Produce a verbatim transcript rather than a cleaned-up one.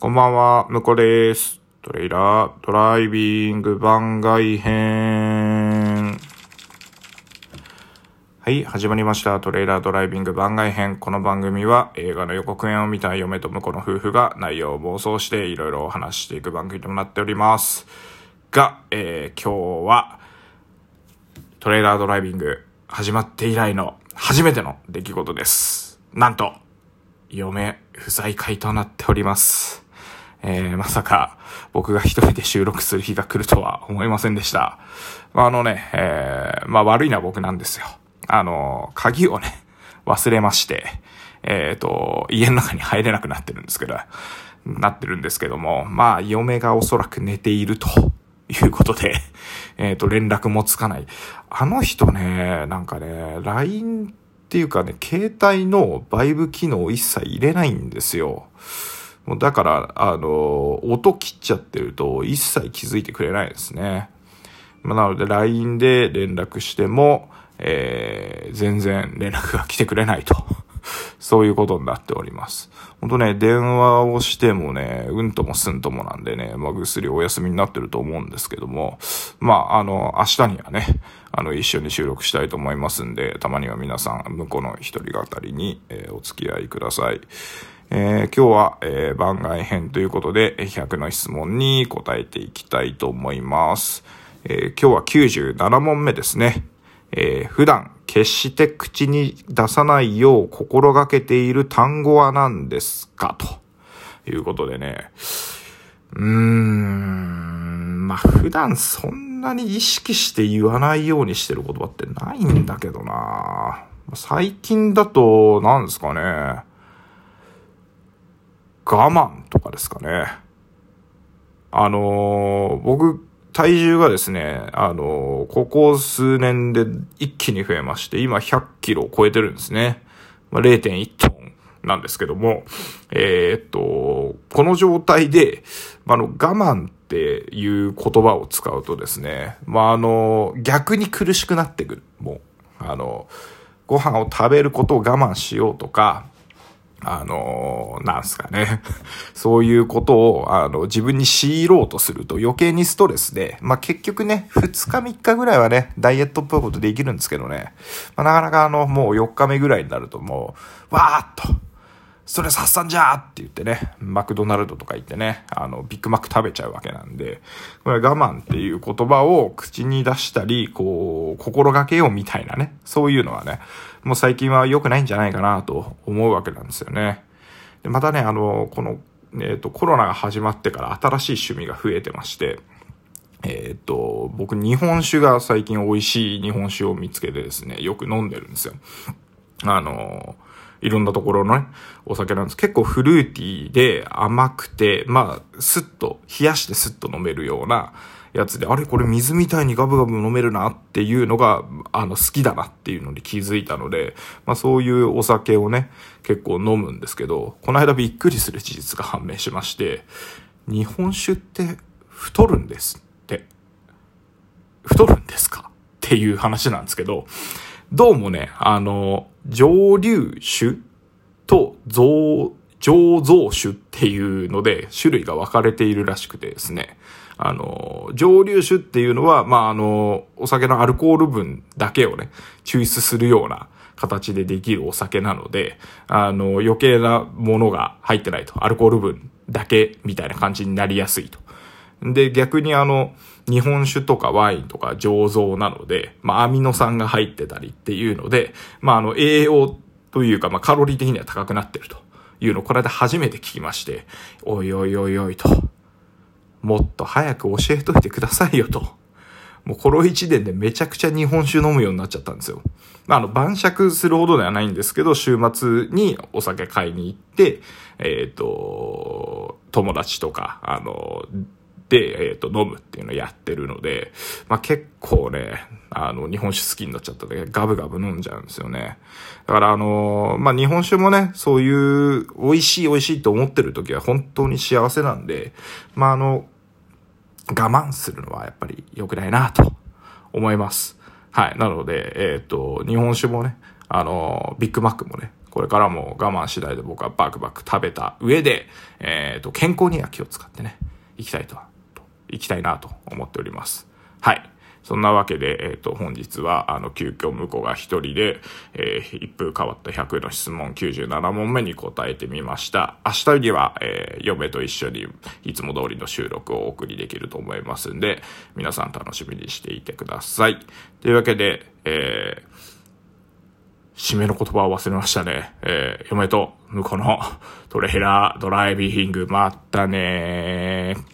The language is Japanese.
こんばんは、むこです。トレイラードライビング番外編。はい、始まりました。トレイラードライビング番外編。この番組は映画の予告編を見た嫁と婿の夫婦が内容を妄想していろいろお話ししていく番組となっております。が、えー、今日はトレイラードライビング始まって以来の初めての出来事です。なんと、嫁不在会となっております。えー、まさか僕が一人で収録する日が来るとは思いませんでした。まあ、あのね、えー、まあ悪いのは僕なんですよ。あの、鍵をね、忘れまして、えっと、家の中に入れなくなってるんですけど、なってるんですけども、まあ嫁がおそらく寝ているということで、えっと、連絡もつかない。あの人ね、なんかね、ライン っていうかね、携帯のバイブ機能を一切入れないんですよ。もうだから、あの、音切っちゃってると一切気づいてくれないですね。まあ、なので ライン で連絡しても、えー、全然連絡が来てくれないと。そういうことになっております。本当ね、電話をしてもね、うんともすんともなんでね、まあ、ぐっすりお休みになってると思うんですけども、まあ、あの、明日にはね、あの、一緒に収録したいと思いますんで、たまには皆さん、向こうの一人語りに、えー、お付き合いください。えー、今日は、えー、番外編ということで、ひゃくの質問に答えていきたいと思います。えー、今日はきゅうじゅうななもんめですね。えー、普段決して口に出さないよう心がけている単語は何ですかということでね。うーん、まあ、普段そんなに意識して言わないようにしてる言葉ってないんだけどな。最近だと何ですかね。我慢とかですかね。あのー、僕、体重がですね、あのー、ここ数年で一気に増えまして、今ひゃっキロを超えてるんですね。まあ、れいてんいち トンなんですけども、えー、っと、この状態で、あの、我慢っていう言葉を使うとですね、まあ、あの、逆に苦しくなってくる。もう、あの、ご飯を食べることを我慢しようとか、あのー、なんすかね。そういうことを、あの、自分に強いろうとすると余計にストレスで、まあ、結局ね、ふつかみっかぐらいはね、ダイエットっぽいことできるんですけどね。まあ、なかなかあの、もうよっかめぐらいになるともう、わーっと、ストレス発散じゃーって言ってね、マクドナルドとか行ってね、あの、ビッグマック食べちゃうわけなんで、これ我慢っていう言葉を口に出したり、こう、心がけようみたいなね、そういうのはね、もう最近は良くないんじゃないかなと思うわけなんですよね。で、またね、あの、この、えっと、コロナが始まってから新しい趣味が増えてまして、えっと、僕、日本酒が最近美味しい日本酒を見つけてですね、よく飲んでるんですよ。あの、いろんなところのね、お酒なんです。結構フルーティーで甘くて、まあ、スッと、冷やしてスッと飲めるようなやつで、あれこれ水みたいにガブガブ飲めるなっていうのが、あの、好きだなっていうのに気づいたので、まあそういうお酒をね、結構飲むんですけど、この間びっくりする事実が判明しまして、日本酒って太るんですって。太るんですかっていう話なんですけど、どうもね、あの、蒸留酒と醸造酒っていうので種類が分かれているらしくてですね。あの、蒸留酒っていうのは、まあ、あの、お酒のアルコール分だけをね、抽出するような形でできるお酒なので、あの、余計なものが入ってないと。アルコール分だけみたいな感じになりやすいと。で、逆にあの、日本酒とかワインとか醸造なので、まあ、アミノ酸が入ってたりっていうので、まあ、あの、栄養というか、まあ、カロリー的には高くなってるというのをこれで初めて聞きまして、おいおいおいおいと、もっと早く教えといてくださいよと。もうこの一年でめちゃくちゃ日本酒飲むようになっちゃったんですよ。まあ、あの、晩酌するほどではないんですけど、週末にお酒買いに行って、えっと、友達とか、あの、で、えっと、飲むっていうのをやってるので、まあ、結構ね、あの、日本酒好きになっちゃったので、ガブガブ飲んじゃうんですよね。だからあの、まあ、日本酒もね、そういう美味しい美味しいと思ってる時は本当に幸せなんで、まあ、あの、我慢するのはやっぱり良くないなと思います。はい。なので、えっと、日本酒もね、あの、ビッグマックもね、 これからも我慢次第で僕はバクバク食べた上で、えっと、健康には気を使ってね、行きたいと、行きたいなと思っております。はい。そんなわけで、えっと、本日は、あの、急遽向こうが一人で、えー、一風変わったひゃくの質問きゅうじゅうなな問目に答えてみました。明日には、えー、嫁と一緒にいつも通りの収録をお送りできると思いますんで、皆さん楽しみにしていてください。というわけで、えー、締めの言葉を忘れましたね。えー、嫁と向こうのトレーラードライビング、まったねー。